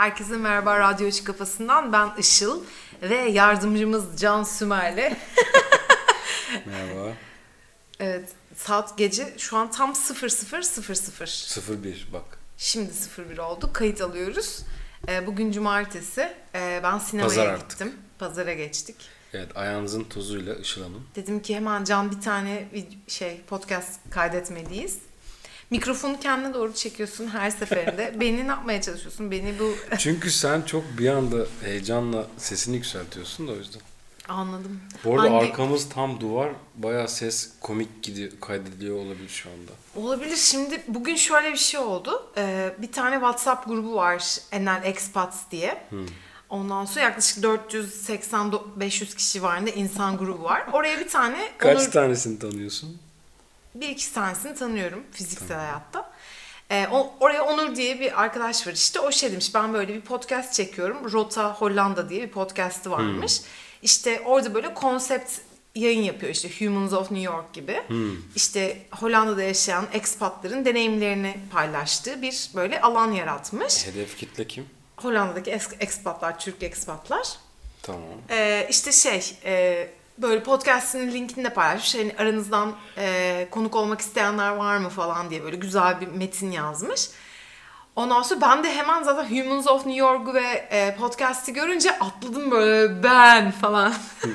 Herkese merhaba, Radyo Açık Kafası'ndan ben Işıl ve yardımcımız Can Sümer'le. Merhaba. Evet, saat gece şu an tam 00:00. 01 bak. Şimdi 01 oldu, kayıt alıyoruz. Bugün cumartesi, ben sinemaya gittim. Pazara geçtik. Evet, ayağınızın tozuyla Işıl Hanım. Dedim ki hemen Can bir tane podcast kaydetmeliyiz. Mikrofonu kendine doğru çekiyorsun her seferinde. Beni ne yapmaya çalışıyorsun? Beni bu... Çünkü sen çok bir anda heyecanla sesini yükseltiyorsun da o yüzden. Anladım. Bu arada arkamız tam duvar. Bayağı ses komik kaydediliyor olabilir şu anda. Olabilir. Şimdi bugün şöyle bir şey oldu. Bir tane WhatsApp grubu var. Enel Expats diye. Ondan sonra yaklaşık 480-500 kişi varında insan grubu var. Oraya bir tane... Kaç tanesini tanıyorsun? Bir iki tanesini tanıyorum fiziksel hayatta. Oraya Onur diye bir arkadaş var işte. O şey demiş, ben böyle bir podcast çekiyorum. Rota Hollanda diye bir podcast'ı varmış. İşte orada böyle konsept yayın yapıyor, işte Humans of New York gibi. İşte Hollanda'da yaşayan expatların deneyimlerini paylaştığı bir böyle alan yaratmış. Hedef kitle kim? Hollanda'daki expatlar, Türk expatlar. Tamam. İşte böyle podcast'ın linkini de paylaşmış. Yani aranızdan konuk olmak isteyenler var mı falan diye böyle güzel bir metin yazmış. Ondan sonra ben de hemen zaten Humans of New York'u ve podcast'i görünce atladım böyle ben falan.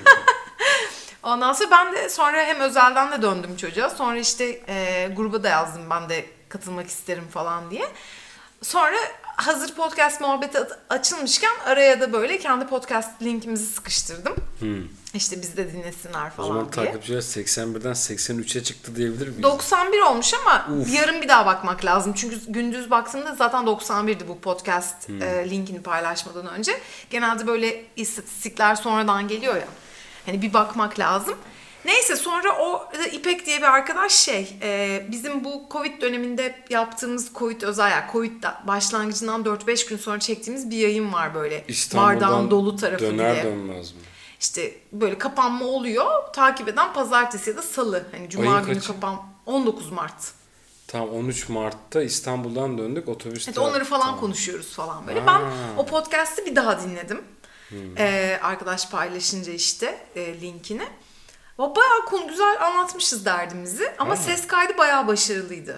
Ondan sonra ben de sonra hem özelden de döndüm çocuğa. Sonra işte gruba da yazdım, ben de katılmak isterim falan diye. Sonra hazır podcast muhabbeti açılmışken araya da böyle kendi podcast linkimizi sıkıştırdım. İşte biz de dinlesinler falan diye. O zaman takipçiler 81'den 83'e çıktı diyebilir miyiz? 91 olmuş ama yarın bir daha bakmak lazım. Çünkü gündüz baktığımda zaten 91'di bu podcast linkini paylaşmadan önce. Genelde böyle istatistikler sonradan geliyor ya. Hani bir bakmak lazım. Neyse sonra o İpek diye bir arkadaş bizim bu Covid döneminde yaptığımız Covid özel, yani Covid başlangıcından 4-5 gün sonra çektiğimiz bir yayın var böyle. Bardağın dolu tarafı döner diye. dönmez mi? İşte böyle kapanma oluyor. Takip eden pazartesi ya da salı. Hani cuma günü 19 Mart. Tam 13 Mart'ta İstanbul'dan döndük otobüste. Evet, onları falan konuşuyoruz falan böyle. Ben o podcast'ı bir daha dinledim. Arkadaş paylaşınca işte linkini. Bayağı güzel anlatmışız derdimizi ama ses kaydı bayağı başarılıydı.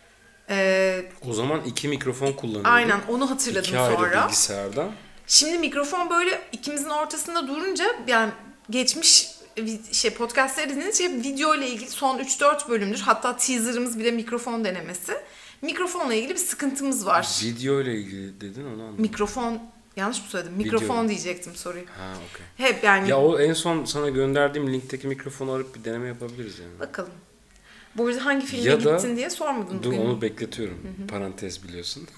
O zaman 2 mikrofon kullanıyorduk. Aynen, onu hatırladım sonra. 2 ayrı bilgisayardan. Şimdi mikrofon böyle ikimizin ortasında durunca, yani geçmiş podcastları dinleyince hep video ile ilgili son 3-4 bölümdür. Hatta teaserımız bile mikrofon denemesi. Mikrofonla ilgili bir sıkıntımız var. Video ile ilgili dedin, onu anladım. Mikrofon, yanlış mı söyledim? Mikrofon diyecektim, sorry. Ha, okey. Hep yani. Ya o en son sana gönderdiğim linkteki mikrofonu arayıp bir deneme yapabiliriz yani. Bakalım. Bu arada hangi filme gittin diye sormadın dur, bugün. onu bekletiyorum. Parantez biliyorsun.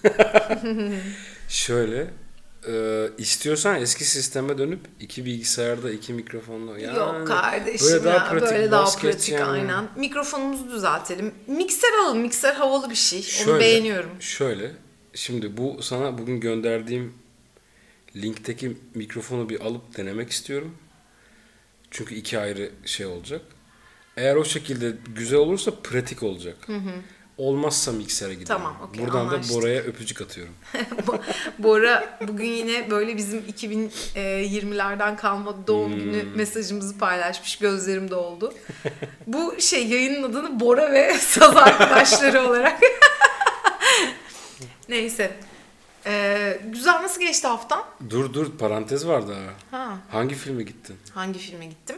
Şöyle, istiyorsan eski sisteme dönüp 2 bilgisayarda 2 mikrofonla. Yani yok kardeşim, böyle daha pratik, böyle daha pratik yani. aynen. Mikrofonumuzu düzeltelim. Mikser alalım. Mikser havalı bir şey. Onu beğeniyorum. Şöyle, şimdi bu sana bugün gönderdiğim linkteki mikrofonu bir alıp denemek istiyorum. Çünkü 2 ayrı şey olacak. Eğer o şekilde güzel olursa pratik olacak. Olmazsa miksere gidelim. Tamam, okey, buradan anlaştık. da Bora'ya öpücük atıyorum. Bora bugün yine böyle bizim 2020'lerden kalma doğum günü mesajımızı paylaşmış. Gözlerim doldu. Bu yayının adını Bora ve Saz arkadaşları olarak. Neyse. Güzel, nasıl geçti haftan? Dur parantez var daha. Ha. Hangi filme gittin? Hangi filme gittim?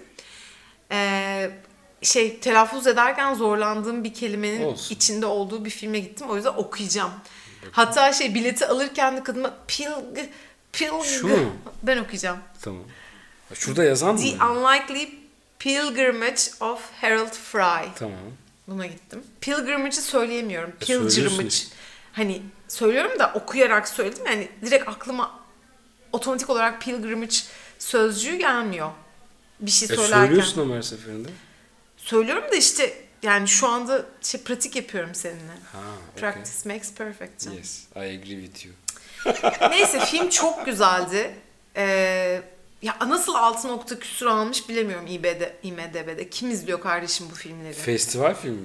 Telaffuz ederken zorlandığım bir kelimenin içinde olduğu bir filme gittim. O yüzden okuyacağım. Hatta bileti alırken de kadına Şu mu? Ben okuyacağım. Tamam. Şurada yazan mı? The Unlikely Pilgrimage of Harold Fry. Tamam. Buna gittim. Pilgrimage'ı söyleyemiyorum. Pilgrimage. Hani söylüyorum da okuyarak söyledim. Yani direkt aklıma otomatik olarak pilgrimage sözcüğü gelmiyor. Bir şey söylerken. Söylüyorsun ama her seferinde. Söylüyorum da işte yani şu anda pratik yapıyorum seninle. Okay. Practice makes perfect. Yes, I agree with you. Neyse, film çok güzeldi. Ya nasıl 6 küsur almış bilemiyorum IMDb'de. Kim izliyor kardeşim bu filmleri? Festival filmi mi?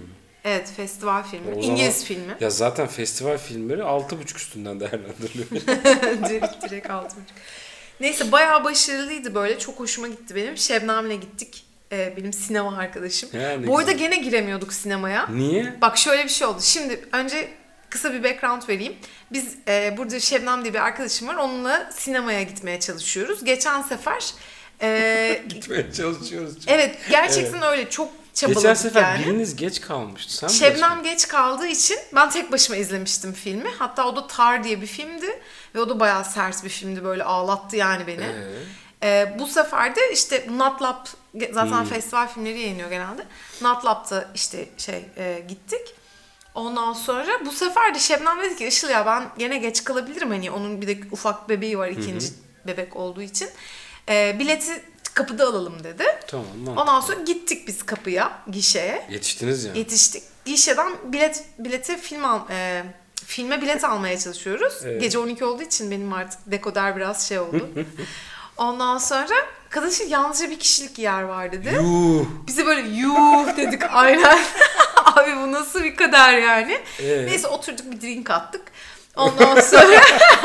Evet, festival filmi. O İngiliz zaman- filmi. Ya zaten festival filmleri 6,5 üstünden değerlendiriliyor. Direkt 6,5. Neyse bayağı başarılıydı böyle. Çok hoşuma gitti benim. Şebnem'le gittik. Benim sinema arkadaşım. Ya ne Bu arada güzel. gene giremiyorduk sinemaya. Niye? Bak şöyle bir şey oldu. Şimdi önce kısa bir background vereyim. Biz burada Şebnem diye bir arkadaşım var. Onunla sinemaya gitmeye çalışıyoruz. Geçen sefer Gitmeye çalışıyoruz. evet gerçekten öyle çok çabaladık Geçen sefer yani. biriniz geç kalmıştı. Sen mi Şebnem geç kaldığı için ben tek başıma izlemiştim filmi. Hatta o da Tar diye bir filmdi. Ve o da bayağı sert bir filmdi. Böyle ağlattı yani beni. Bu sefer de işte Natlab zaten festival filmleri yayınlıyor genelde. Natlab'da işte gittik. Ondan sonra bu sefer de Şebnem dedi ki Işıl ya ben gene geç kalabilirim. Hani onun bir de ufak bebeği var ikinci bebek olduğu için. Bileti kapıda alalım dedi. Tamam. Ondan sonra gittik biz kapıya, gişeye. Yetiştiniz yani. Yetiştik. Gişeden bileti filme bilet almaya çalışıyoruz. Evet. Gece 12 olduğu için benim artık dekoder biraz şey oldu. Ondan sonra kadın yalnızca bir kişilik yer var dedi. Yuh. Bize böyle yuh dedik aynen. Abi bu nasıl bir kader yani. Neyse oturduk bir drink attık. Ondan sonra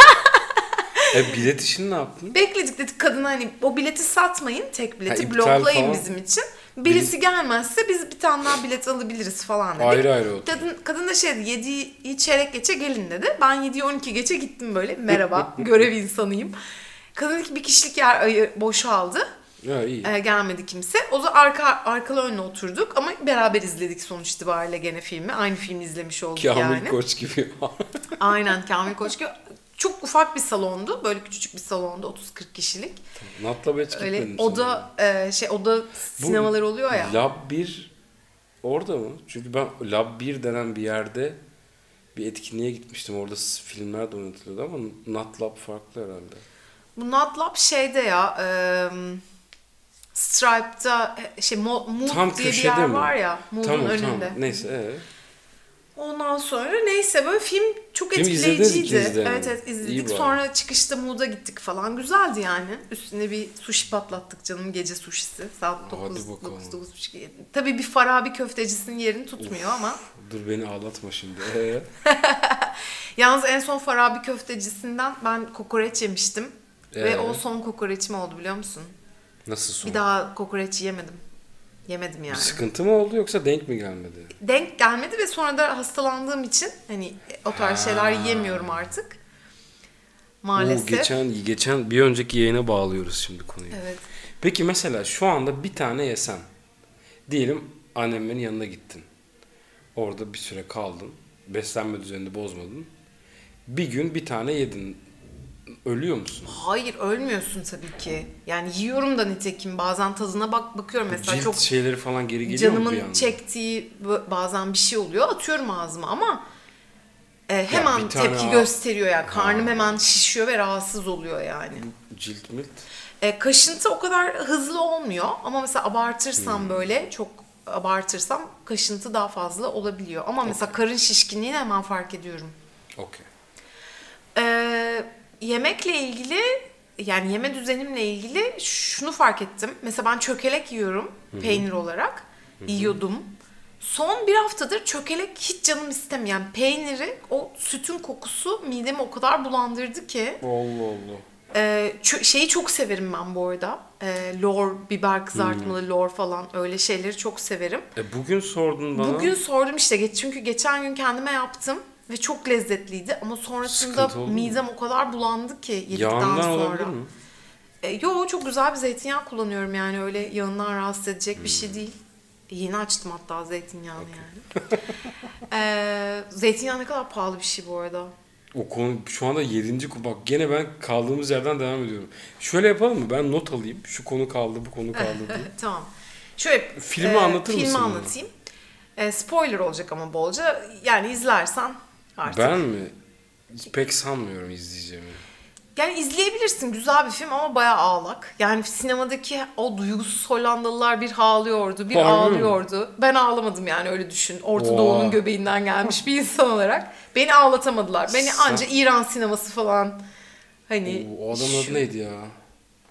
Bilet işini ne yaptın? bekledik dedik kadına hani o bileti satmayın tek bileti iptal bloklayın falan. bizim için. Birisi gelmezse biz bir tane daha bilet alabiliriz falan dedik. Ayrı ayrı otur. Kadın da şey dedi 7'yi çeyrek geçe gelin dedi. Ben 7'yi 12 geçe gittim böyle merhaba görev insanıyım. Kadın dedi ki bir kişilik yer boşaldı. Ya iyi. Gelmedi kimse. O da arkalı önüne oturduk ama beraber izledik sonuç itibariyle gene filmi. Aynı filmi izlemiş olduk Kamil yani. Koç gibi. Aynen Kamil Koç gibi. Çok ufak bir salondu. Böyle küçücük bir salondu. 30-40 kişilik. Natlab'a hiç Öyle gitmedim. oda sinemaları oluyor ya. Lab 1 orada mı? Çünkü ben Lab 1 denen bir yerde bir etkinliğe gitmiştim. Orada filmler de oynatılıyordu ama Natlab farklı herhalde. Bu Natlab şeyde ya Stripe'da Mood Tam diye bir köşede yer mi? var ya. Mood'un Tamam önünde. Neyse Ondan sonra neyse böyle film çok Film izlediniz etkileyiciydi. ikiniz de yani. Evet İyi izledik. bari. Sonra çıkışta Mood'a gittik falan. Güzeldi yani. Üstüne bir sushi patlattık canım. Gece sushisi. Saat Hadi 9, bakalım. 9.30. Tabii bir Farabi köftecisinin yerini tutmuyor ama. Dur beni ağlatma şimdi. Yalnız en son Farabi köftecisinden ben kokoreç yemiştim. Ve o son kokoreçim oldu biliyor musun? Nasıl son? Bir daha kokoreç yemedim. Yemedim yani. Bir sıkıntı mı oldu yoksa denk mi gelmedi? Denk gelmedi ve sonra da hastalandığım için hani o tarz şeyler yiyemiyorum artık. Maalesef. Geçen bir önceki yayına bağlıyoruz şimdi konuyu. Evet. Peki mesela şu anda bir tane yesen. Diyelim annemin yanına gittin. Orada bir süre kaldın. Beslenme düzenini bozmadın. Bir gün bir tane yedin. Ölüyor musun? Hayır ölmüyorsun tabii ki. Yani yiyorum da nitekim bazen tadına bakıyorum mesela Cilt çok şeyleri falan geri geliyor mu bir canımın anda? çektiği bazen bir şey oluyor atıyorum ağzıma ama hemen bir tane tepki gösteriyor ya. Karnım hemen şişiyor ve rahatsız oluyor yani. Cilt milt. Kaşıntı o kadar hızlı olmuyor ama mesela abartırsam böyle çok abartırsam kaşıntı daha fazla olabiliyor. Ama mesela karın şişkinliğini hemen fark ediyorum. Okey. Yemekle ilgili yani yeme düzenimle ilgili şunu fark ettim. Mesela ben çökelek yiyorum peynir olarak. Yiyordum. Son bir haftadır çökelek hiç canım istemiyor. Yani peyniri o sütün kokusu midemi o kadar bulandırdı ki. Allah Allah. Şeyi çok severim ben bu arada. Lor, biber kızartmalı lor falan öyle şeyleri çok severim. Bugün sordun bana. Bugün sordum işte çünkü geçen gün kendime yaptım ve çok lezzetliydi ama sonrasında Sıkıntı oldu mu? midem o kadar bulandı ki yedikten Yağından sonra. olabilir mi? Yo çok güzel bir zeytinyağı kullanıyorum yani öyle yağından rahatsız edecek bir şey değil. Yeni açtım hatta zeytinyağını yani. Zeytinyağı ne kadar pahalı bir şey bu arada. O konu şu anda 7. konu. Bak gene ben kaldığımız yerden devam ediyorum. Şöyle yapalım mı? Ben not alayım. Şu konu kaldı, bu konu kaldı diye. Tamam. Şöyle Filmi anlatır mısın filmi bana? anlatayım. Spoiler olacak ama bolca. Yani izlersen artık. Ben mi? Pek sanmıyorum izleyeceğimi. Yani izleyebilirsin. Güzel bir film ama bayağı ağlak. Yani sinemadaki o duygusuz Hollandalılar bir ağlıyordu, bir Harbi mi? ağlıyordu. Ben ağlamadım yani öyle düşün. Orta Oha. Doğu'nun göbeğinden gelmiş bir insan olarak. Beni ağlatamadılar. Beni anca İran sineması falan hani O adamın adı neydi ya?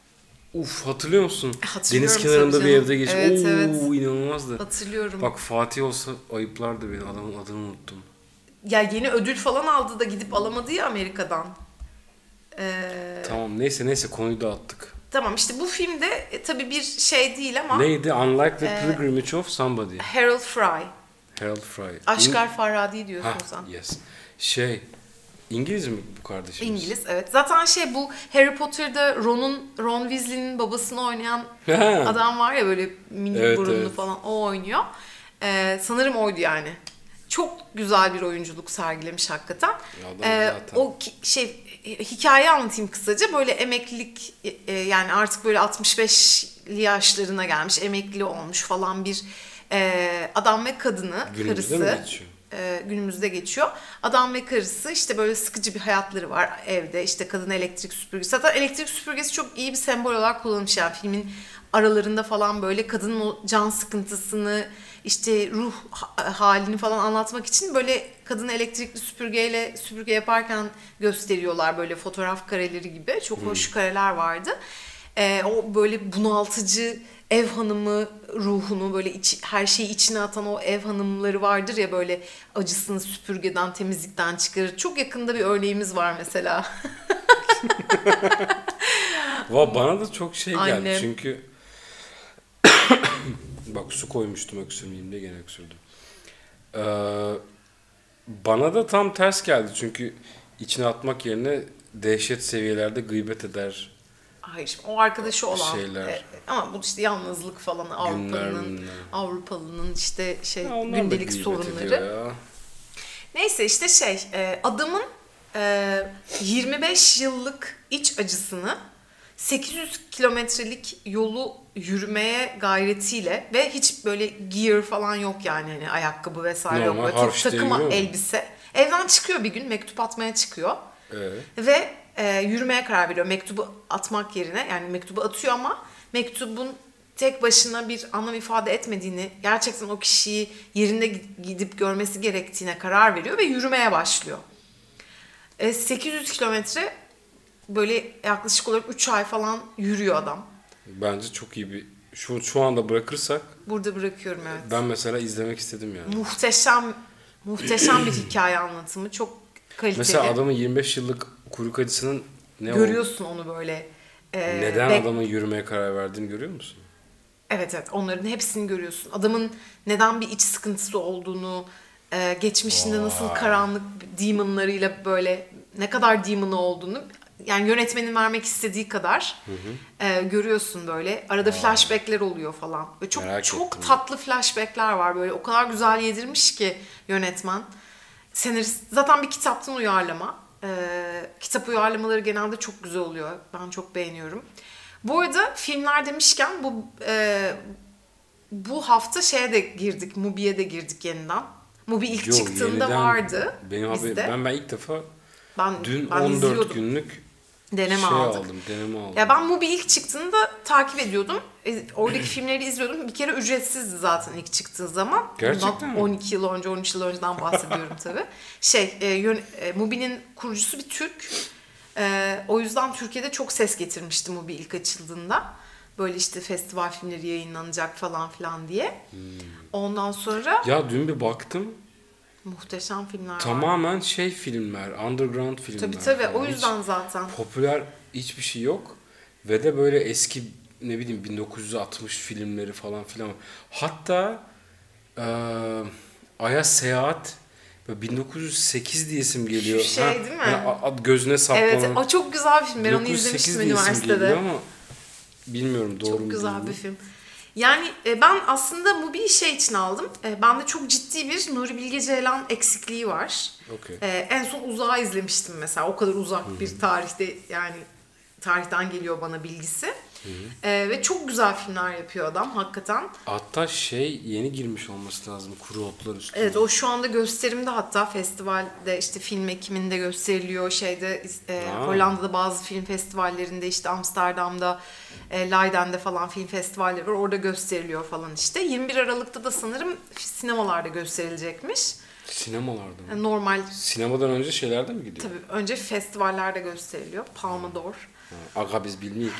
Uf, hatırlıyor musun? Hatırlıyorum Deniz kenarında tabii bir canım. evde geç. Evet, evet. İnanılmazdı. Hatırlıyorum. Bak Fatih olsa ayıplardı beni. Adamın adını unuttum. Ya yeni ödül falan aldı da gidip alamadı ya Amerika'dan. Tamam, neyse konuyu dağıttık. Tamam, işte bu filmde tabii bir şey değil ama Neydi? Unlike the Pilgrimage of Somebody. Harold Fry. Harold Fry. Aşkar Farhadi diyorsun Ha, sen. yes. İngiliz mi bu kardeşimiz? İngiliz, evet. Zaten bu Harry Potter'da Ron Weasley'nin babasını oynayan adam var ya, böyle mini Evet, burunlu evet. falan, o oynuyor. Sanırım oydu yani. Çok güzel bir oyunculuk sergilemiş hakikaten. Zaten. Hikayeyi anlatayım kısaca. Böyle emeklilik, yani artık böyle 65'li yaşlarına gelmiş, emekli olmuş falan bir adam ve kadını, Günümüzde karısı. mi geçiyor? Günümüzde geçiyor. Adam ve karısı işte böyle sıkıcı bir hayatları var evde. İşte kadın elektrik süpürgesi. Zaten elektrik süpürgesi çok iyi bir sembol olarak kullanılmış. Yani filmin aralarında falan böyle kadının o can sıkıntısını, işte ruh halini falan anlatmak için böyle kadını elektrikli süpürgeyle süpürge yaparken gösteriyorlar, böyle fotoğraf kareleri gibi. Çok hoş kareler vardı. O böyle bunaltıcı ev hanımı ruhunu, böyle her şeyi içine atan o ev hanımları vardır ya, böyle acısını süpürgeden, temizlikten çıkarır. Çok yakında bir örneğimiz var mesela. Bana da çok geldi Annem. çünkü bak, su koymuştum öksürmeyeyim diye, gene öksürdüm. Bana da tam ters geldi çünkü içine atmak yerine dehşet seviyelerde gıybet eder. Hayır, şimdi o arkadaşı olan Şeyler. ama bu işte yalnızlık falan, Günler. Avrupalının işte Ya onlar da gündelik gıybet sorunları. ediyor ya. Neyse işte adamın 25 yıllık iç acısını 800 kilometrelik yolu yürümeye gayretiyle ve hiç böyle gear falan yok yani, hani ayakkabı vesaire yok. Normal Böyle harf diye takım yürüyor mu? elbise. Evden çıkıyor bir gün, mektup atmaya çıkıyor. Evet. Ve yürümeye karar veriyor. Mektubu atmak yerine, yani mektubu atıyor ama mektubun tek başına bir anlam ifade etmediğini, gerçekten o kişiyi yerinde gidip görmesi gerektiğine karar veriyor ve yürümeye başlıyor. 800 kilometre böyle yaklaşık olarak 3 ay falan yürüyor adam. Bence çok iyi bir... Şu anda bırakırsak Burada bırakıyorum, evet. ben mesela izlemek istedim yani. Muhteşem bir hikaye anlatımı. Çok kaliteli. Mesela adamın 25 yıllık kuyruk acısının görüyorsun onu böyle. Neden adamın yürümeye karar verdiğini görüyor musun? Evet, onların hepsini görüyorsun. Adamın neden bir iç sıkıntısı olduğunu, geçmişinde nasıl karanlık demonlarıyla, böyle ne kadar demon'ı olduğunu, yani yönetmenin vermek istediği kadar görüyorsun böyle. Arada flashback'ler oluyor falan. Ve çok tatlı flashback'ler var böyle. O kadar güzel yedirmiş ki yönetmen. Senarist zaten bir kitaptan uyarlama. Kitap uyarlamaları genelde çok güzel oluyor. Ben çok beğeniyorum. Bu arada filmler demişken bu hafta de girdik, Mubi'ye de girdik yeniden. Mubi ilk çıktığında vardı bizde. Ben ilk defa dün ben 14 izliyordum. günlük deneme aldım. Deneme aldım. Ya ben Mubi ilk çıktığında takip ediyordum. Oradaki filmleri izliyordum. Bir kere ücretsizdi zaten ilk çıktığı zaman. Gerçekten mi? 12 yıl önce, 13 yıl önceden bahsediyorum tabii. Mubi'nin kurucusu bir Türk. O yüzden Türkiye'de çok ses getirmişti Mubi ilk açıldığında. Böyle işte festival filmleri yayınlanacak falan filan diye. Ondan sonra... Ya dün bir baktım. Muhteşem filmler var. Tamamen filmler, underground filmler. Tabii falan. o yüzden zaten. Popüler hiçbir şey yok. Ve de böyle eski, ne bileyim, 1960 filmleri falan filan. Hatta Ay'a Seyahat, 1908 diye isim geliyor. Şu değil mi? Yani gözüne saplanan. Evet, o çok güzel bir film. Ben onu izlemiştim üniversitede. Ama bilmiyorum doğru mu? Çok güzel bir film. Yani ben aslında Mubi'yi için aldım. Bende çok ciddi bir Nuri Bilge Ceylan eksikliği var. Okay. En son Uzağı izlemiştim mesela. O kadar uzak bir tarihte, yani tarihten geliyor bana bilgisi. Ve çok güzel filmler yapıyor adam hakikaten. Hatta yeni girmiş olması lazım, Kuru Otlar Üstüne. Evet, o şu anda gösterimde, hatta festivalde, işte film ekiminde gösteriliyor. Hollanda'da bazı film festivallerinde, işte Amsterdam'da, Leiden'de falan film festivalleri var. Orada gösteriliyor falan işte. 21 Aralık'ta da sanırım sinemalarda gösterilecekmiş. Sinemalarda mı? Yani normal. Sinemadan önce şeylerde mi gidiyor? Tabii önce festivallerde gösteriliyor. Palme d'Or. Aga biz bilmeyik.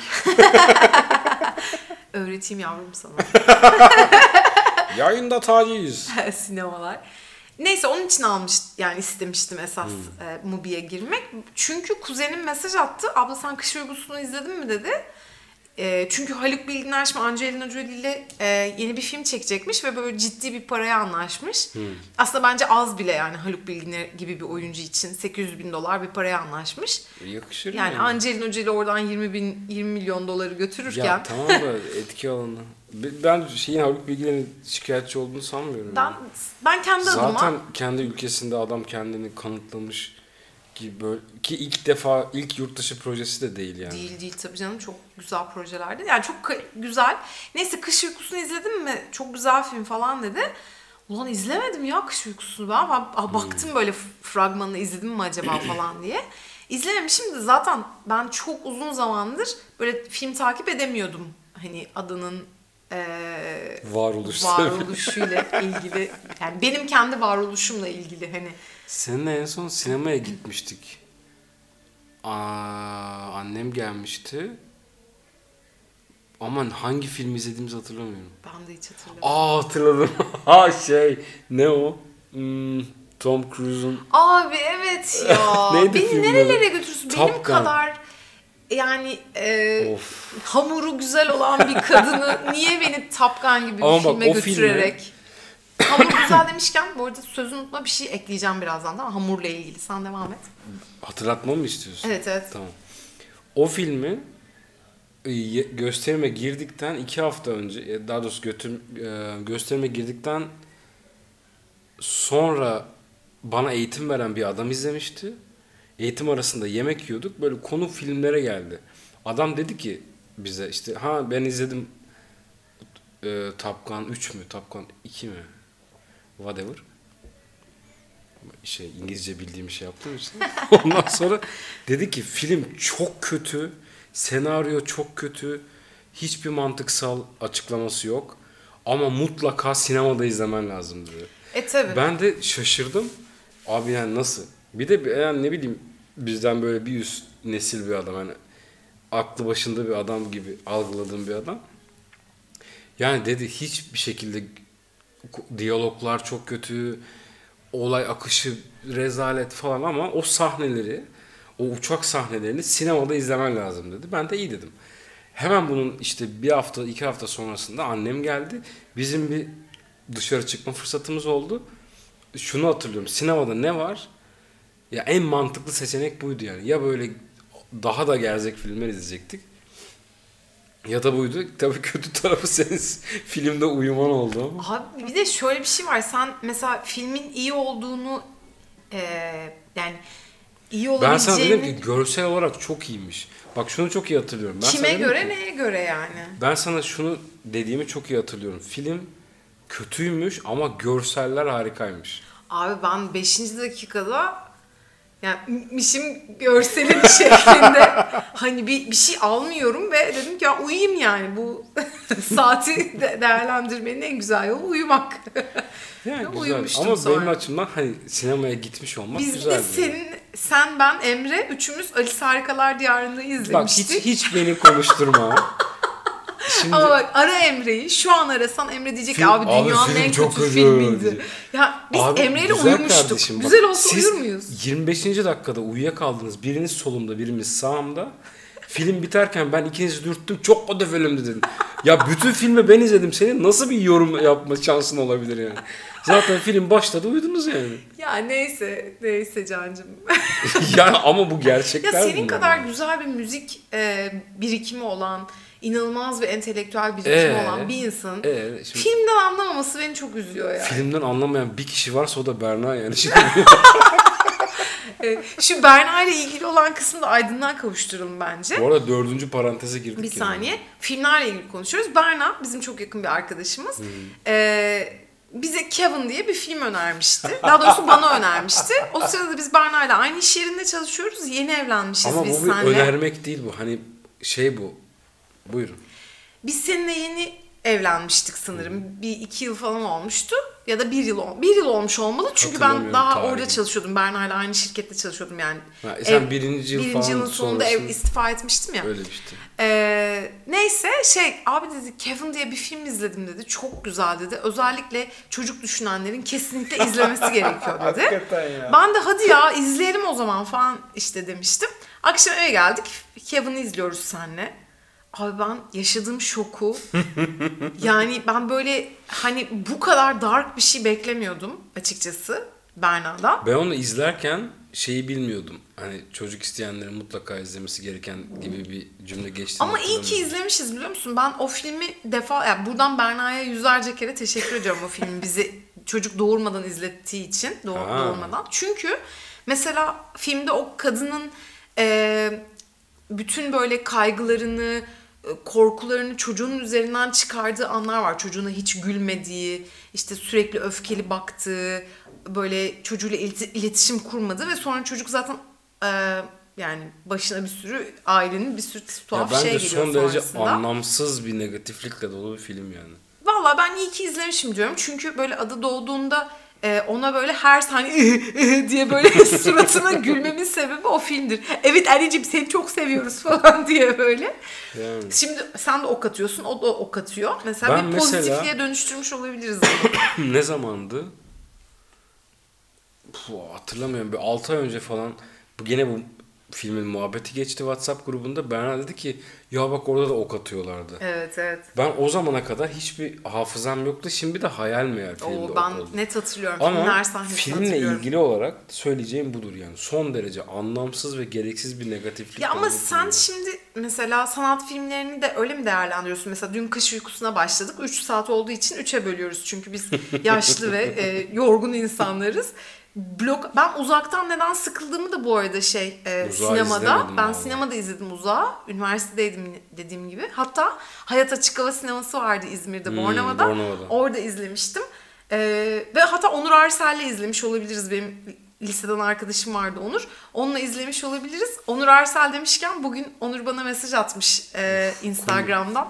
Öğreteyim yavrum sana. Yayında taciz. Sinemalar. Neyse onun için yani istemiştim esas Mubi'ye girmek. Çünkü kuzenim mesaj attı. Abla sen Kış Uykusu'nu izledin mi dedi. Çünkü Haluk Bilginer şimdi Angelina Jolie ile yeni bir film çekecekmiş ve böyle ciddi bir paraya anlaşmış. Aslında bence az bile yani Haluk Bilginer gibi bir oyuncu için $800.000 bir paraya anlaşmış. Yakışır yani. Angelina Jolie oradan 20 milyon doları götürürken. Ya tamam da etki alanı. Ben Haluk Bilginer'in şikayetçi olduğunu sanmıyorum. Ben kendi adıma. Zaten kendi ülkesinde adam kendini kanıtlamış ki böyle ki ilk yurt dışı projesi de değil yani. Değil tabii canım, çok güzel projelerdi. Yani çok güzel. Neyse Kış Uykusu'nu izledin mi? Çok güzel film falan dedi. Ulan izlemedim ya Kış Uykusu'nu ben. Baktım böyle fragmanını izledim mi acaba falan diye. İzlememişim de zaten ben çok uzun zamandır böyle film takip edemiyordum. Hani adının varoluşuyla ilgili. Yani benim kendi varoluşumla ilgili hani. Seninle en son sinemaya gitmiştik. Annem gelmişti. Aman hangi filmi izlediğimizi hatırlamıyorum. Ben de hiç hatırlamıyorum. Hatırladım. Ne o? Tom Cruise'un. Abi evet ya. Beni nerelere götürürsün? Benim kadar yani hamuru güzel olan bir kadını niye beni Top Gun gibi bir filme götürerek. Hamur güzel demişken bu arada sözünü unutma, bir şey ekleyeceğim birazdan da hamurla ilgili. Sen devam et. Hatırlatmamı mı istiyorsun? Evet. Tamam. O filmi gösterime girdikten 2 hafta önce, daha doğrusu gösterime girdikten sonra bana eğitim veren bir adam izlemişti. Eğitim arasında yemek yiyorduk. Böyle konu filmlere geldi. Adam dedi ki bize işte ben izledim Top Gun 3 mü? Top Gun 2 mi? Whatever. İngilizce bildiğim şey yaptığım için. Ondan sonra dedi ki film çok kötü. Senaryo çok kötü. Hiçbir mantıksal açıklaması yok. Ama mutlaka sinemada izlemen lazım dedi. Tabii. Ben de şaşırdım. Abi yani nasıl? Bir de yani ne bileyim bizden böyle bir üst nesil bir adam. Hani aklı başında bir adam gibi algıladığım bir adam. Yani dedi hiçbir şekilde diyaloglar çok kötü. Olay akışı rezalet falan ama o sahneleri, o uçak sahnelerini sinemada izlemen lazım dedi. Ben de iyi dedim. Hemen bunun işte 1 hafta 2 hafta sonrasında annem geldi. Bizim bir dışarı çıkma fırsatımız oldu. Şunu hatırlıyorum. Sinemada ne var? Ya en mantıklı seçenek buydu yani. Ya böyle daha da gerzek filmler izleyecektik. Ya da buydu. Tabii kötü tarafı senin filmde uyuman oldu ama. Abi bir de şöyle bir şey var. Sen mesela filmin iyi olduğunu yani iyi olabileceğini... Ben sana dedim ki görsel olarak çok iyiymiş. Bak şunu çok iyi hatırlıyorum. Kime göre neye göre yani? Ben sana şunu dediğimi çok iyi hatırlıyorum. Film kötüymüş ama görseller harikaymış. Abi ben 5. dakikada yani mişim görselin şeklinde hani bir şey almıyorum ve dedim ki ya uyuyayım yani bu saati değerlendirmenin en güzel yolu uyumak. Yani güzel ama sonra. Benim açımdan hani sinemaya gitmiş olmak güzel. Biz de sen, ben, Emre üçümüz Alice Harikalar Diyarı'nda izlemiştik. Bak hiç beni konuşturma. Şimdi, ama bak ara Emre'yi. Şu an arasan Emre diyecek ki abi dünyanın en kötü filmiydi. Ya biz Emre'yle uyumuştuk. Kardeşim, güzel olsa uyur muyuz? 25. dakikada uyuyakaldınız. Biriniz solumda, birimiz sağımda. Film biterken ben ikinizi dürttüm. Çok kötü filmdi dedim. Ya bütün filmi ben izledim. Senin nasıl bir yorum yapma şansın olabilir yani? Zaten film başladı uyudunuz yani. Ya neyse Cancım. Yani ama bu gerçekler. Ya senin kadar güzel bir müzik birikimi olan, inanılmaz bir entelektüel birikimi olan bir insanın filmden anlamaması beni çok üzüyor yani. Filmden anlamayan bir kişi varsa o da Berna yani. Şu Berna ile ilgili olan kısmı da aydınlığa kavuşturalım bence. Bu arada 4. paranteze girdik. Bir saniye. Yani. Filmlerle ilgili konuşuyoruz. Berna bizim çok yakın bir arkadaşımız. Bize Kevin diye bir film önermişti. Daha doğrusu bana önermişti. O sırada biz Berna ile aynı iş yerinde çalışıyoruz. Yeni evlenmişiz ama biz seninle. Ama bu bir önermek değil bu. Hani bu. Buyurun. Biz seninle yeni evlenmiştik sanırım. 1-2 yıl falan olmuştu. Ya da 1 yıl olmuş olmalı. Çünkü ben Hatırlamıyorum daha tarihi. orada çalışıyordum. Berna'yla aynı şirkette çalışıyordum yani. Sen birinci yıl birinci falan yılın sonunda sonrasın- istifa etmiştim ya. Öyle bir işte. Neyse abi dedi Kevin diye bir film izledim dedi. Çok güzel dedi. Özellikle çocuk düşünenlerin kesinlikle izlemesi gerekiyor dedi. Hakikaten ya. Ben de hadi ya izleyelim o zaman falan işte demiştim. Akşam eve geldik. Kevin'i izliyoruz seninle. Abi ben yaşadığım şoku yani ben böyle hani bu kadar dark bir şey beklemiyordum açıkçası Berna'dan. Ben onu izlerken şeyi bilmiyordum. Hani çocuk isteyenlerin mutlaka izlemesi gereken gibi bir cümle geçti. Ama iyi ki izlemişiz biliyor musun? Ben o filmi yani buradan Berna'ya yüzlerce kere teşekkür ediyorum o filmi bizi çocuk doğurmadan izlettiği için. Doğurmadan. Çünkü mesela filmde o kadının bütün böyle kaygılarını, korkularını çocuğun üzerinden çıkardığı anlar var. Çocuğuna hiç gülmediği, işte sürekli öfkeli baktığı, böyle çocuğuyla iletişim kurmadığı ve sonra çocuk zaten yani başına bir sürü ailenin bir sürü tuhaf şey geliyor sonrasında. Bence son derece anlamsız bir negatiflikle dolu bir film yani. Valla ben iyi ki izlemişim diyorum. Çünkü böyle adı doğduğunda ona böyle her saniye diye böyle suratına gülmemin sebebi o filmdir. Evet anneciğim seni çok seviyoruz falan diye böyle. Yani. Şimdi sen de ok atıyorsun, o da ok atıyor. Mesela bir pozitifliğe dönüştürmüş olabiliriz bunu. Ne zamandı? Hatırlamıyorum. Bir 6 ay önce falan bu filmin muhabbeti geçti WhatsApp grubunda. Berna dedi ki ya bak orada da ok atıyorlardı. Evet. Ben o zamana kadar hiçbir hafızam yoktu. Şimdi de hayal meyal filmde ok Ben oldu. net hatırlıyorum. Ama filmle ilgili olarak söyleyeceğim budur yani. Son derece anlamsız ve gereksiz bir negatiflik. Ya ama sen şimdi mesela sanat filmlerini de öyle mi değerlendiriyorsun? Mesela dün Kış Uykusu'na başladık. 3 saat olduğu için 3'e bölüyoruz. Çünkü biz yaşlı ve yorgun insanlarız. Ben uzaktan neden sıkıldığımı da bu arada sinemada. Ben vallahi. sinemada izledim Uzağı. Üniversitedeydim dediğim gibi. Hatta Hayat Açık Hava Sineması vardı İzmir'de, Bornova'da. Orada izlemiştim. Ve hatta Onur Arsel'le izlemiş olabiliriz. Benim liseden arkadaşım vardı Onur. Onunla izlemiş olabiliriz. Onur Arsel demişken bugün Onur bana mesaj atmış Instagram'dan.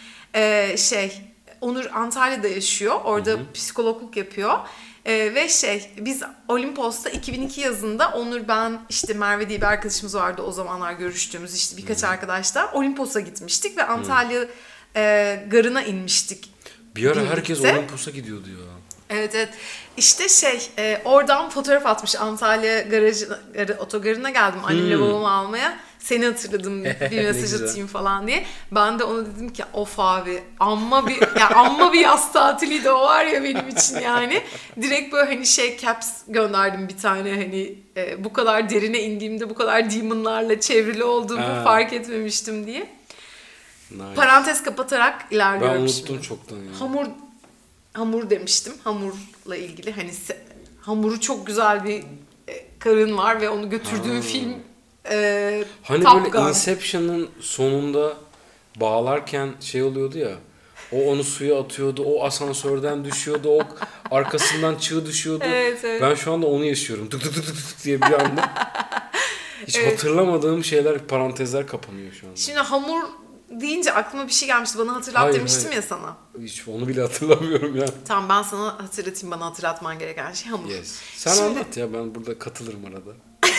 Onur Antalya'da yaşıyor. Orada psikologluk yapıyor. Ve biz Olimpos'ta 2002 yazında Onur, ben, işte Merve diye bir arkadaşımız vardı o zamanlar görüştüğümüz, işte birkaç arkadaş da Olimpos'a gitmiştik ve Antalya garına inmiştik. Bir ara herkes Olimpos'a gidiyordu ya. Evet. İşte oradan fotoğraf atmış. Antalya otogarına geldim annemle babamı almaya. Seni hatırladım bir mesaj atayım falan diye. Ben de ona dedim ki of abi amma bir yaz tatiliydi o var ya benim için yani. Direkt böyle hani caps gönderdim bir tane, hani bu kadar derine indiğimde bu kadar demonlarla çevrili olduğumu fark etmemiştim diye. Nice. Parantez kapatarak ilerliyorum. Ben unuttum şimdi. çoktan ya. Hamur demiştim. Hamurla ilgili hani hamuru çok güzel bir karın var ve onu götürdüğün film hani Top böyle Gun. Inception'ın sonunda bağlarken oluyordu ya. O onu suya atıyordu. O asansörden düşüyordu. O arkasından çığ düşüyordu. Evet. Ben şu anda onu yaşıyorum. Tık tık tık tık diye bir anda. Hiç hatırlamadığım şeyler, parantezler kapanıyor şu anda. Şimdi hamur deyince aklıma bir şey gelmişti. Bana hatırlat demiştim ya sana. Hiç onu bile hatırlamıyorum ya. Tamam, ben sana hatırlatayım, bana hatırlatman gereken şey hamur. Yes. Sen anlat ya, ben burada katılırım arada.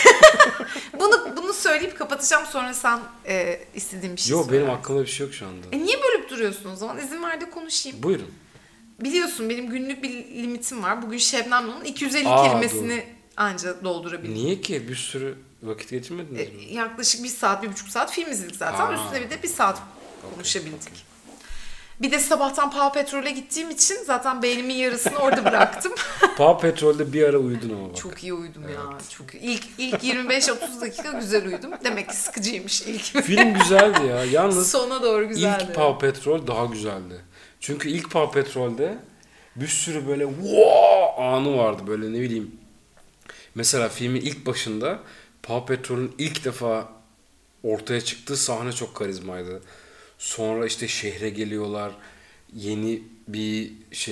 Bunu söyleyip kapatacağım, sonra sen istediğin bir şey Yok, söyle. benim aklımda bir şey yok şu anda. Niye bölüp duruyorsun o zaman? İzin ver de konuşayım. Buyurun. Biliyorsun benim günlük bir limitim var. Bugün Şebnem Nur'un 250 kelimesini doğru. anca doldurabildim. Niye ki? Bir sürü vakit geçirmediniz mi? Yaklaşık 1 saat, 1,5 saat film izledik zaten. Üstüne bir de 1 saat konuşabildik. Bir de sabahtan Paw Patrol'e gittiğim için zaten beynimin yarısını orada bıraktım. Paw Patrol'de bir ara uyudun ama bak. Çok iyi uyudum ya. Çok ilk 25-30 dakika güzel uyudum. Demek ki sıkıcıymış ilk. Film güzeldi ya. Yalnız sona doğru güzeldi. İlk Paw Patrol daha güzeldi. Çünkü ilk Paw Patrol'de bir sürü böyle wow anı vardı, böyle ne bileyim. Mesela filmin ilk başında Paw Patrol'ün ilk defa ortaya çıktığı sahne çok karizmaydı. Sonra işte şehre geliyorlar. Yeni bir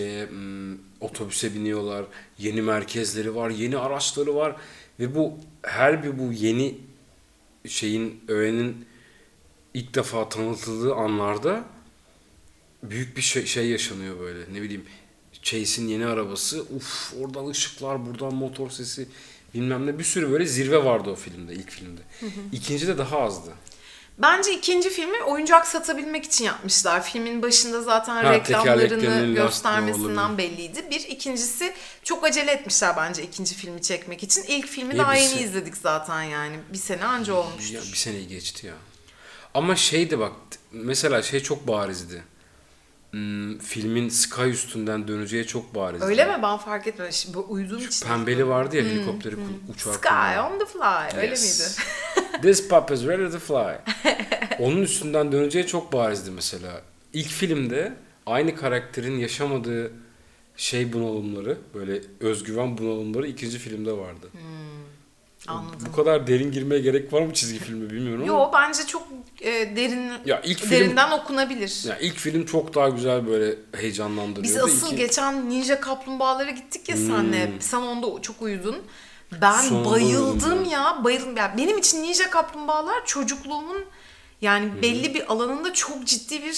otobüse biniyorlar. Yeni merkezleri var, yeni araçları var ve bu yeni öğenin ilk defa tanıtıldığı anlarda büyük bir şey yaşanıyor böyle. Ne bileyim, Chase'in yeni arabası. Uf, oradan ışıklar, buradan motor sesi, bilmem ne. Bir sürü böyle zirve vardı o filmde, ilk filmde. İkincide daha azdı. Bence ikinci filmi oyuncak satabilmek için yapmışlar. Filmin başında zaten reklamlarını tekerleklerinin göstermesinden lastik belliydi. Bir, ikincisi çok acele etmişler bence ikinci filmi çekmek için. İlk filmi daha yeni izledik zaten yani. Bir sene anca olmuştur. Ya, bir seneyi geçti ya. Ama şeydi bak, mesela şey çok barizdi. Filmin Sky üstünden döneceği çok barizdi. Öyle mi? Ben fark etmedim. Şimdi uyuduğum için. Pembeli vardı ya, helikopteri uçarken. Sky on the fly. Öyle Yes. miydi? This pup is ready to fly. Onun üstünden döneceği çok barizdi mesela. İlk filmde aynı karakterin yaşamadığı şey bunalımları, böyle özgüven bunalımları ikinci filmde vardı. Anladım. Bu kadar derin girmeye gerek var mı çizgi filme bilmiyorum ama. Yo, bence çok derinden okunabilir. Ya ilk film çok daha güzel, böyle heyecanlandırıyordu. Biz asıl geçen Ninja Kaplumbağalara gittik ya senle. Sen onda çok uyudun. Ben Sonunda bayıldım uyudum ya. Bayıldım. Ya benim için Ninja Kaplumbağalar çocukluğumun yani belli bir alanında çok ciddi bir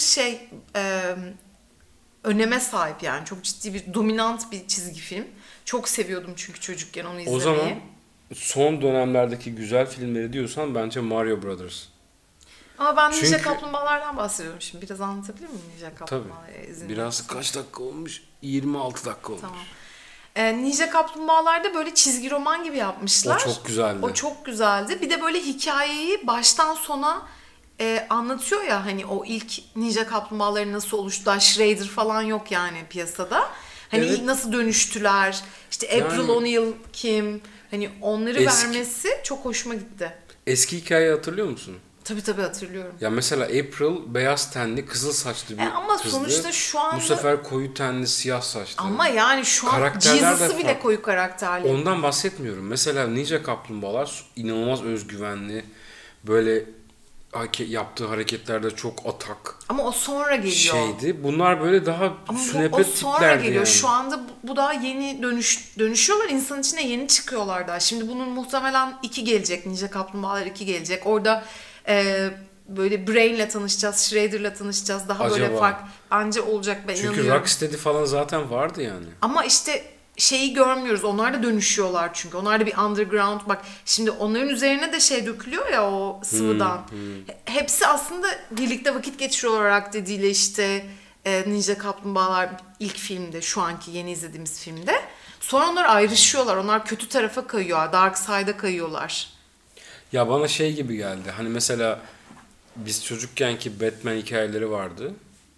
öneme sahip yani. Çok ciddi bir dominant bir çizgi film. Çok seviyordum çünkü çocukken onu izlemeyi. O zaman son dönemlerdeki güzel filmleri diyorsan bence Mario Brothers. Ama ben Ninja Kaplumbağalardan bahsediyorum şimdi. Biraz anlatabilir miyim Ninja Kaplumbağaları? Tabii. Biraz kaç dakika olmuş? 26 dakika olmuş. Tamam. Ninja Kaplumbağalar'da böyle çizgi roman gibi yapmışlar. O çok güzeldi. O çok güzeldi. Bir de böyle hikayeyi baştan sona anlatıyor ya, hani o ilk Ninja Kaplumbağaların nasıl oluştular, Shredder falan yok yani piyasada. Hani ilk nasıl dönüştüler, işte April O'Neil kim, hani onları vermesi çok hoşuma gitti. Eski hikayeyi hatırlıyor musun? Tabii hatırlıyorum. Ya mesela April beyaz tenli, kızıl saçlı bir ama kızdı. sonuçta şu anda... Bu sefer koyu tenli, siyah saçlı. Ama yani şu an Jesus'ı bile koyu karakterli. Ondan bahsetmiyorum. Mesela Ninja Kaplumbağalar inanılmaz özgüvenli. Böyle yaptığı hareklerde çok atak. Ama o sonra geliyor. Şeydi. Bunlar böyle daha sünepet tiplerdi. O sonra geliyor. Yani. Şu anda bu daha yeni dönüşüyorlar. İnsan içine yeni çıkıyorlar daha. Şimdi bunun muhtemelen 2 gelecek. Ninja Kaplumbağalar 2 gelecek. Orada böyle Brain'le tanışacağız. Shredder'la tanışacağız. Daha acaba? Böyle fark bence olacak, ben inanıyorum. Çünkü Rocksteady falan zaten vardı yani. Ama işte şeyi görmüyoruz. Onlar da dönüşüyorlar çünkü. Onlar da bir underground. Bak şimdi onların üzerine de şey dökülüyor ya o sıvıdan. Hepsi aslında birlikte vakit geçiriyorlar Rocksteady'yle işte Ninja Kaplumbağalar ilk filmde, şu anki yeni izlediğimiz filmde. Sonra onlar ayrışıyorlar. Onlar kötü tarafa kayıyor. Dark side'a kayıyorlar. Ya bana şey gibi geldi. Hani mesela biz çocukkenki Batman hikayeleri vardı.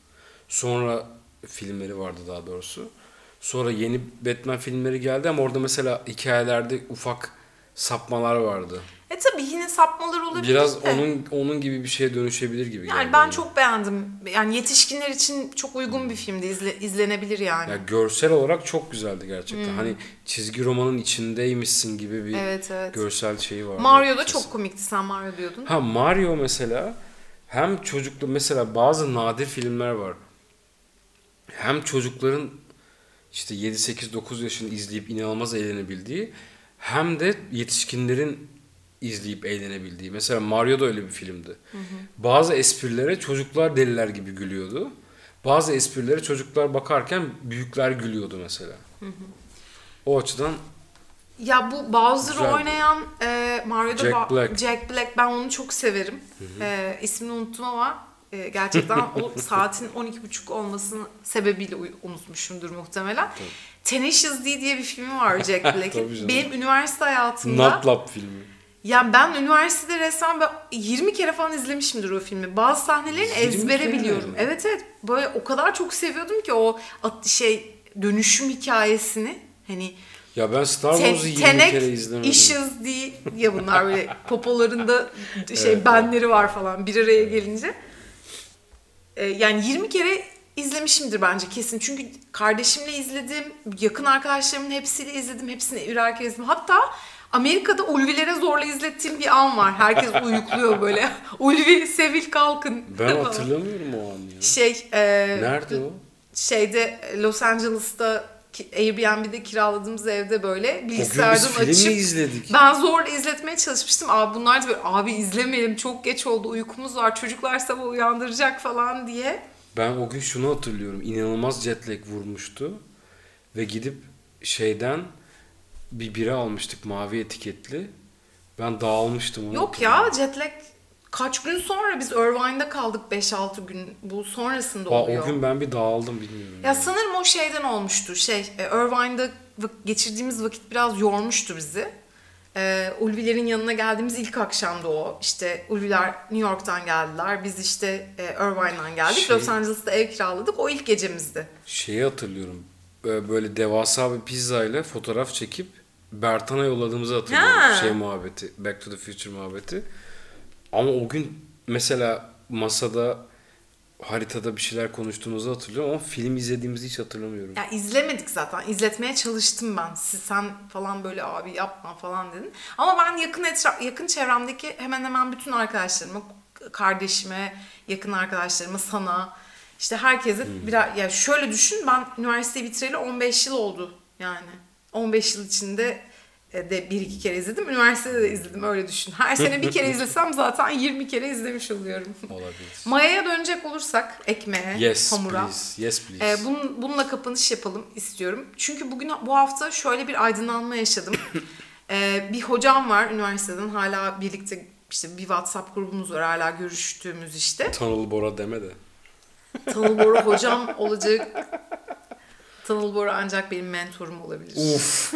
Sonra filmleri vardı daha doğrusu. Sonra yeni Batman filmleri geldi ama orada mesela hikayelerde ufak sapmalar vardı. Tabii yine sapmalar olabilir. Biraz onun gibi bir şeye dönüşebilir gibi geldi. Yani ben çok beğendim. Yani yetişkinler için çok uygun bir filmdi. İzlenebilir yani. Ya görsel olarak çok güzeldi gerçekten. Hani çizgi romanın içindeymişsin gibi bir görsel şeyi vardı. Mario da çok komikti. Sen Mario diyordun. Ha, Mario mesela hem çocuklu, mesela bazı nadir filmler var. Hem çocukların işte 7-8-9 yaşını izleyip inanılmaz eğlenebildiği, hem de yetişkinlerin izleyip eğlenebildiği. Mesela Mario da öyle bir filmdi. Bazı esprilere çocuklar deliler gibi gülüyordu. Bazı esprilere çocuklar bakarken büyükler gülüyordu mesela. O açıdan ya bu Bowser'ı oynayan Mario'da Jack Black, ben onu çok severim. İsmini unuttum ama gerçekten o saatin 12.30 olmasının sebebiyle unutmuşumdur muhtemelen. Tenacious D diye bir filmi var Jack Black'in. Benim üniversite hayatımda... Not Lab filmi. Yani ben üniversitede resmen 20 kere falan izlemişimdir o filmi. Bazı sahnelerini ezbere biliyorum. Evet böyle o kadar çok seviyordum ki o dönüşüm hikayesini. Hani ya ben Star Wars'u 20 kere izlemedim. Issues diye ya bunlar böyle popolarında benleri var falan bir araya gelince. Yani 20 kere izlemişimdir bence kesin. Çünkü kardeşimle izledim, yakın arkadaşlarımın hepsiyle izledim, hepsini ürerken izledim. Hatta Amerika'da Ulvilere zorla izlettiğim bir an var. Herkes uyukluyor böyle. Ulvi, Sevil kalkın. Ben hatırlamıyorum o an ya. Nerede o? Los Angeles'ta Airbnb'de kiraladığımız evde böyle bilgisayardan açıp izledik. Ben zorla izletmeye çalışmıştım. Bunlar da böyle izlemeyelim çok geç oldu, uykumuz var, çocuklar sabah uyandıracak falan diye. Ben o gün şunu hatırlıyorum. İnanılmaz jet lag vurmuştu. Ve gidip şeyden bir bira almıştık mavi etiketli. Ben dağılmıştım onu. Yok ya, jet lag kaç gün sonra, biz Irvine'da kaldık 5-6 gün. Bu sonrasında oluyor. O gün ben bir dağıldım, bilmiyorum. Ya sanırım o şeyden olmuştu. Irvine'da geçirdiğimiz vakit biraz yormuştu bizi. Ulvilerin yanına geldiğimiz ilk akşamda o. İşte Ulviler New York'tan geldiler. Biz işte Irvine'dan geldik. Los Angeles'ta ev kiraladık. O ilk gecemizdi. Şeyi hatırlıyorum. Böyle devasa bir pizzayla fotoğraf çekip Bertan'a yolladığımızı hatırlıyorum. Ha. Şey muhabbeti. Back to the Future muhabbeti. Ama o gün mesela masada haritada bir şeyler konuştuğumuzu hatırlıyorum ama film izlediğimizi hiç hatırlamıyorum. Ya izlemedik zaten. İzletmeye çalıştım ben. Sen falan böyle abi yapma falan dedin. Ama ben yakın çevremdeki hemen hemen bütün arkadaşlarıma, kardeşime, yakın arkadaşlarıma, sana, işte herkese biraz, ya şöyle düşün, ben üniversiteyi bitireli 15 yıl oldu yani. 15 yıl içinde de bir iki kere izledim. Üniversitede de izledim, öyle düşün. Her sene bir kere izlesem zaten 20 kere izlemiş oluyorum. Olabilir. Mayaya dönecek olursak, ekmeğe, Yes, hamura. please. Yes, please. Bununla kapanış yapalım istiyorum. Çünkü bu hafta şöyle bir aydınlanma yaşadım. Bir hocam var üniversiteden, hala birlikte işte bir WhatsApp grubumuz var, hala görüştüğümüz işte. Tanıl Bora deme de. Tanıl Bora hocam olacak. Tanıl Bora ancak benim mentorum olabilir. Uf.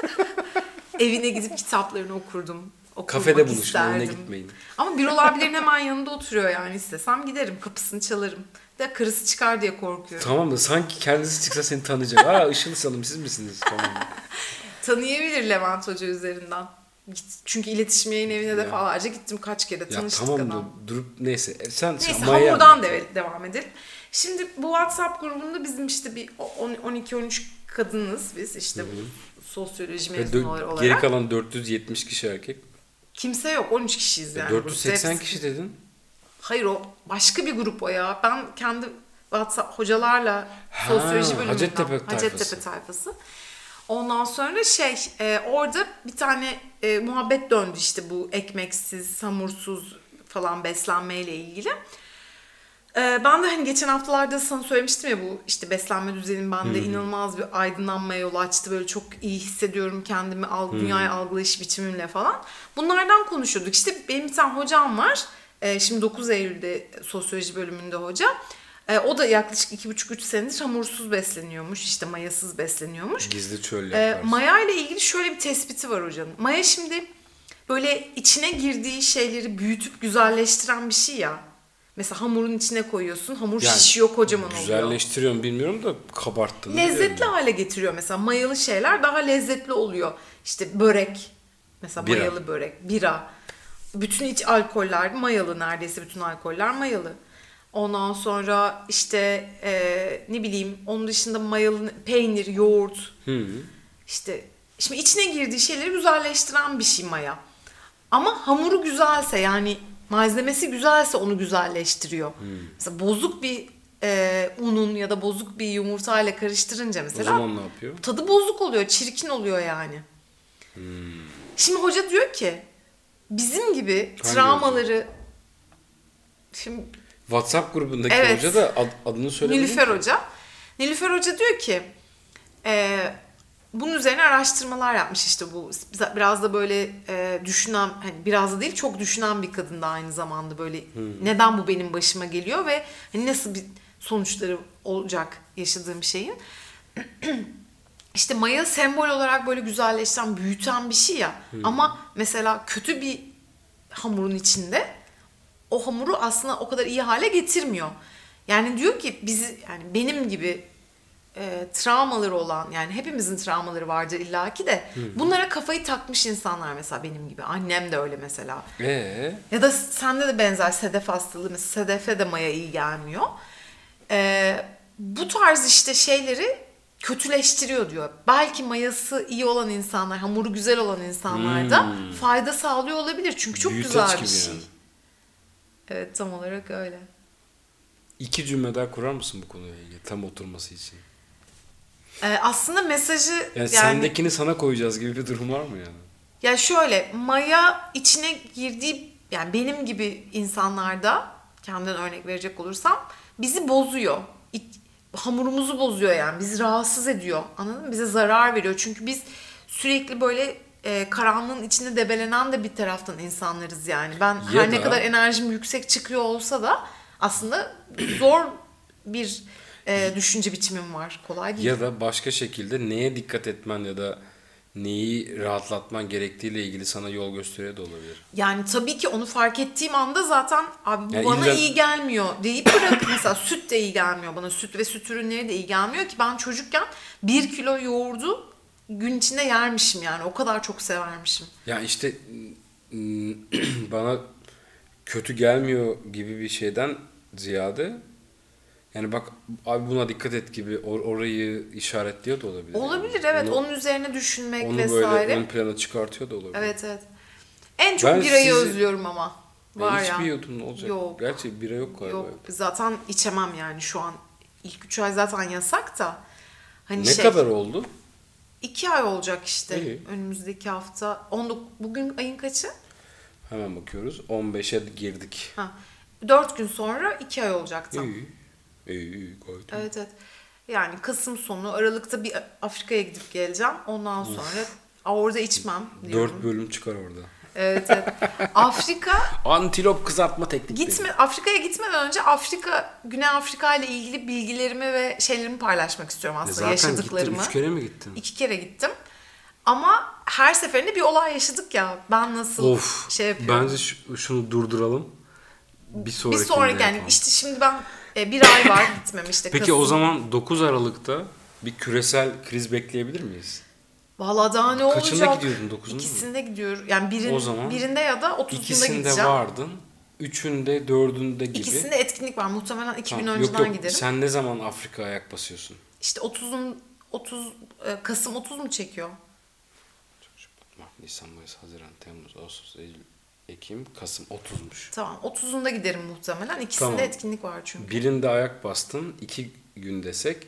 Evine gidip kitaplarını okurdum. Kafede buluşun, isterdim. önüne gitmeyin. Ama bürolar birinin hemen yanında oturuyor yani, istesem giderim, kapısını çalarım. De karısı çıkar diye korkuyorum. Tamam da sanki kendisi çıksa seni tanıyacak. Aa, Işıl Salım siz misiniz? Tamam. Tanıyabilir Levent Hoca üzerinden. Çünkü iletişim yayın evine defalarca gittim, kaç kere Ya tanıştık tamam da adam. durup neyse. Neyse, Maya hamurdan devam edelim. Şimdi bu WhatsApp grubunda bizim işte bir 12-13 kadınız biz, işte bu sosyoloji mezunları olarak. Geri kalan 470 kişi erkek. Kimse yok, 13 kişiyiz yani. 480 kişi dedin. Hayır, o başka bir grup o ya. Ben kendi WhatsApp hocalarla sosyoloji bölümünden. Hacettepe tayfası. Ondan sonra orada bir tane muhabbet döndü işte, bu ekmeksiz, hamursuz falan beslenmeyle ilgili. Ben de hani geçen haftalarda sana söylemiştim ya, bu işte beslenme düzenim bende inanılmaz bir aydınlanmaya yol açtı. Böyle çok iyi hissediyorum kendimi, dünyayı algılayış biçimimle falan. Bunlardan konuşuyorduk. İşte benim bir tane hocam var. Şimdi 9 Eylül'de sosyoloji bölümünde hoca. O da yaklaşık 2,5-3 senedir hamursuz besleniyormuş. İşte mayasız besleniyormuş. Gizli çöl yaparsın. Maya ile ilgili şöyle bir tespiti var hocanın. Maya şimdi böyle içine girdiği şeyleri büyütüp güzelleştiren bir şey ya. Mesela hamurun içine koyuyorsun, hamur Yani şişiyor, kocaman oluyor. Güzelleştiriyorum bilmiyorum da kabarttığını Lezzetli biliyorum. hale getiriyor mesela. Mayalı şeyler daha lezzetli oluyor. İşte börek, mesela Bira. mayalı börek, bira. Bütün iç alkoller mayalı, neredeyse bütün alkoller mayalı. Ondan sonra işte ne bileyim, onun dışında mayalı peynir, yoğurt. İşte şimdi içine girdiği şeyleri güzelleştiren bir şey maya. Ama hamuru güzelse, yani malzemesi güzelse onu güzelleştiriyor. Mesela bozuk bir unun ya da bozuk bir yumurtayla karıştırınca mesela O zaman ne yapıyor? tadı bozuk oluyor, çirkin oluyor yani. Şimdi hoca diyor ki bizim gibi Hangi travmaları, şimdi WhatsApp grubundaki Evet. hoca da adını söylemedi. Nilüfer Hoca. Nilüfer Hoca diyor ki bunun üzerine araştırmalar yapmış, işte bu biraz da böyle düşünen, hani biraz da değil çok düşünen bir kadın da aynı zamanda, böyle neden bu benim başıma geliyor ve hani nasıl bir sonuçları olacak yaşadığım şeyin. İşte maya sembol olarak böyle güzelleştiren, büyüten bir şey ya. Ama mesela kötü bir hamurun içinde o hamuru aslında o kadar iyi hale getirmiyor. Yani diyor ki yani benim gibi travmaları olan, yani hepimizin travmaları vardır illaki de, bunlara kafayı takmış insanlar, mesela benim gibi. Annem de öyle mesela. Ya da sende de benzer sedef hastalığı, mesela sedefe de maya iyi gelmiyor. Bu tarz işte şeyleri kötüleştiriyor diyor. Belki mayası iyi olan insanlar, hamuru güzel olan insanlar da fayda sağlıyor olabilir. Çünkü çok Büyüteç güzel bir gibi şey. yani. Evet, tam olarak öyle. 2 cümle daha kurar mısın bu konuyla ilgili tam oturması için? Aslında mesajı Yani sendekini sana koyacağız gibi bir durum var mı yani? Ya şöyle, maya içine girdiği, yani benim gibi insanlarda, kendimden örnek verecek olursam, bizi bozuyor. Hamurumuzu bozuyor yani. Bizi rahatsız ediyor. Anladın mı? Bize zarar veriyor. Çünkü biz sürekli böyle karanlığın içinde debelenen de bir taraftan insanlarız yani. Ben her ne kadar enerjim yüksek çıkıyor olsa da aslında zor bir düşünce biçimim var. Kolay değil. Ya da başka şekilde neye dikkat etmen ya da neyi rahatlatman gerektiğiyle ilgili sana yol gösteriyor da olabilir. Yani tabii ki onu fark ettiğim anda zaten abi bu Yani bana iyi gelmiyor deyip bırak. Mesela süt de iyi gelmiyor bana. Süt ve süt ürünleri de iyi gelmiyor ki ben çocukken 1 kilo yoğurdu gün içinde yermişim yani. O kadar çok severmişim. Ya işte bana kötü gelmiyor gibi bir şeyden ziyade yani bak abi buna dikkat et gibi orayı işaretliyor da olabilir. Olabilir yani. evet. Onun üzerine düşünmek onu vesaire. böyle ön plana çıkartıyor da olabilir. Evet evet. En çok Ben birayı sizi- özlüyorum ama. Var ya. Hiçbir yudum ne olacak? Yok. Gerçi bira yok galiba. Yok zaten içemem yani şu an. İlk 3 ay zaten yasak da. Hani Ne kadar oldu? 2 ay olacak işte. İyi. Önümüzdeki hafta. Bugün ayın kaçı? Hemen bakıyoruz. 15'e girdik. 4 gün sonra 2 ay olacak tam. İyi. İyi gayet iyi. Evet evet. Yani Kasım sonu Aralık'ta bir Afrika'ya gidip geleceğim. Ondan sonra orada içmem diyorum. 4 bölüm çıkar orada. Evet evet. Afrika Antilop kızartma teknikleri. Afrika'ya gitmeden önce Güney Afrika ile ilgili bilgilerimi ve şeylerimi paylaşmak istiyorum aslında. Zaten yaşadıklarımı. gittin 3 kere mi gittin? 2 kere gittim. Ama her seferinde bir olay yaşadık ya. Ben nasıl şey yapıyorum. Bence şunu durduralım. Bir Bir sonraki yani işte şimdi ben bir ay var gitmem işte. Peki Kasım. o zaman 9 Aralık'ta bir küresel kriz bekleyebilir miyiz? Vallahi daha ne Kaçında olacak? gidiyordun? 9'unda mı? İkisinde gidiyorum. Yani O zaman birinde ya da 30'unda İkisinde gideceğim. vardın. Üçünde, dördünde gibi. İkisinde etkinlik var. Muhtemelen 2 gün Tamam. önceden Yok, giderim. sen ne zaman Afrika'ya ayak basıyorsun? İşte 30 Kasım 30 mu çekiyor? Mart, Nisan, Mayıs, Haziran, Temmuz, Ağustos, Eylül, Ekim, Kasım 30'muş. Tamam 30'unda giderim muhtemelen. İkisinde Tamam. etkinlik var çünkü. Birinde ayak bastın, 2 gün desek,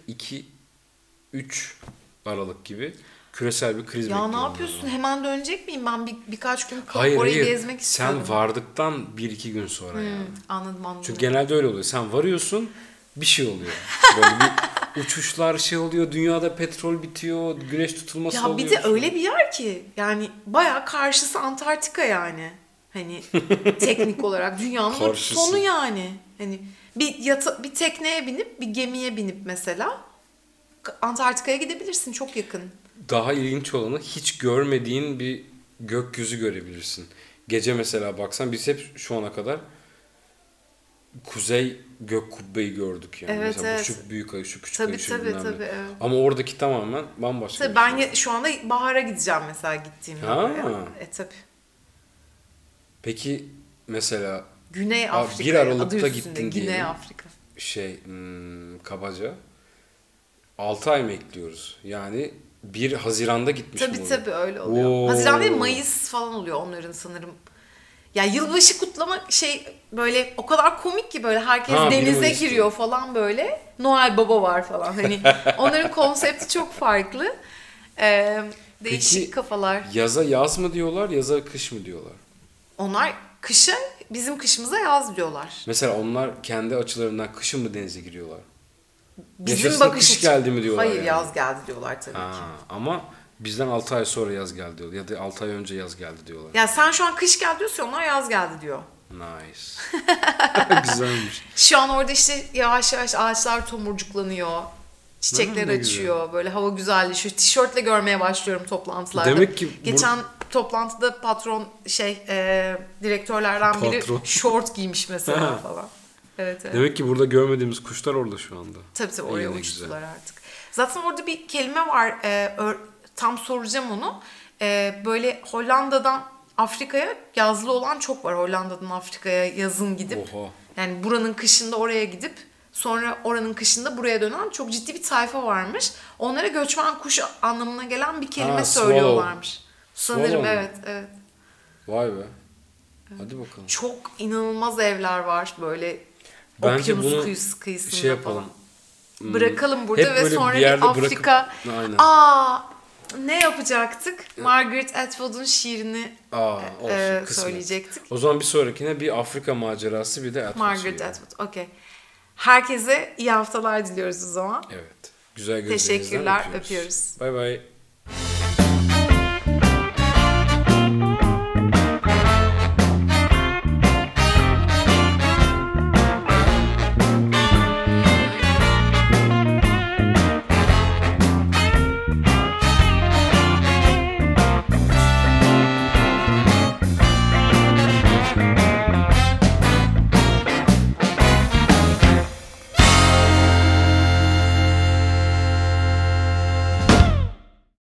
2-3 Aralık gibi küresel bir kriz Ya bekliyorum. ne yapıyorsun? ben. Hemen dönecek miyim? Ben birkaç gün kalıp Hayır, orayı hayır. gezmek istiyorum. Sen vardıktan 1-2 gün sonra yani. Anladım. Çünkü genelde öyle oluyor. Sen varıyorsun, bir şey oluyor. Böyle bir uçuşlar şey oluyor, dünyada petrol bitiyor, güneş tutulması Ya oluyor. bir de öyle bir yer ki yani bayağı karşısı Antarktika yani. Hani teknik olarak dünyanın Karşısı. sonu yani. Hani bir tekneye binip bir gemiye binip mesela Antarktika'ya gidebilirsin çok yakın. Daha ilginç olanı hiç görmediğin bir gökyüzü görebilirsin. Gece mesela baksan biz hep şu ana kadar kuzey gök kubbeyi gördük yani. Evet, mesela evet. bu şu büyük ay, şu küçük Tabii, ay, şu tabii, bilmem ne. tabii, evet. Ama oradaki tamamen bambaşka Tabii bir ben şey. şu anda bahara gideceğim mesela gittiğimde Ha. oraya. Tabii. Peki mesela Güney Abi, Afrika. 1 Aralık'ta adı üstünde, gittin Güney diyelim. Afrika. Kabaca 6 ay mı ekliyoruz? Yani 1 Haziran'da gitmiş mi Tabii oluyor? tabii öyle oluyor. Oo. Haziran değil Mayıs falan oluyor onların sanırım. Ya yılbaşı kutlama böyle o kadar komik ki böyle herkes Ha, 1 denize Mayıs'ta. giriyor falan böyle. Noel Baba var falan hani onların konsepti çok farklı. Değişik Peki, kafalar. Yaza yaz mı diyorlar, yaza kış mı diyorlar? Onlar kışa bizim kışımıza yaz diyorlar. Mesela onlar kendi açılarından kışın mı denize giriyorlar? Bizim Yaşasın bakış kış açı- geldi mi diyorlar Hayır yani. yaz geldi diyorlar tabii Ha, ki. ama bizden 6 ay sonra yaz geldi diyorlar. Ya da 6 ay önce yaz geldi diyorlar. Ya sen şu an kış geldi diyorsun onlar yaz geldi diyor. Nice. Güzelmiş. Şu an orada işte yavaş yavaş ağaçlar tomurcuklanıyor. Çiçekler Ne açıyor. Böyle hava güzelleşiyor. Tişörtle görmeye başlıyorum toplantılarda. Demek ki Geçen toplantıda patron direktörlerden biri Patron. şort giymiş mesela Ha. falan. Evet evet. Demek ki burada görmediğimiz kuşlar orada şu anda. Tabii oraya İyi, ne uçtular artık. Zaten orada bir kelime var. Tam soracağım onu. Böyle Hollanda'dan Afrika'ya yazlı olan çok var. Hollanda'dan Afrika'ya yazın gidip. Oha. Yani buranın kışında oraya gidip sonra oranın kışında buraya dönen çok ciddi bir tayfa varmış. Onlara göçmen kuş anlamına gelen bir kelime Ha, söylüyorlarmış. Swallow Sanırım mu? evet. Vay be. Hadi bakalım. Çok inanılmaz evler var böyle Bence okyanus bunu kıyısında şey yapalım. falan. Bırakalım burada Hep ve böyle sonra bir bir yerde Afrika. Aynen. Ne yapacaktık? Margaret Atwood'un şiirini Olsun, kısmet. söyleyecektik. O zaman bir sonrakine bir Afrika macerası bir de Atwood Margaret şeyi. Atwood. Okey. Herkese iyi haftalar diliyoruz o zaman. Evet. Güzel gözlerinizden Teşekkürler, öpüyoruz. öpüyoruz. Bay bay.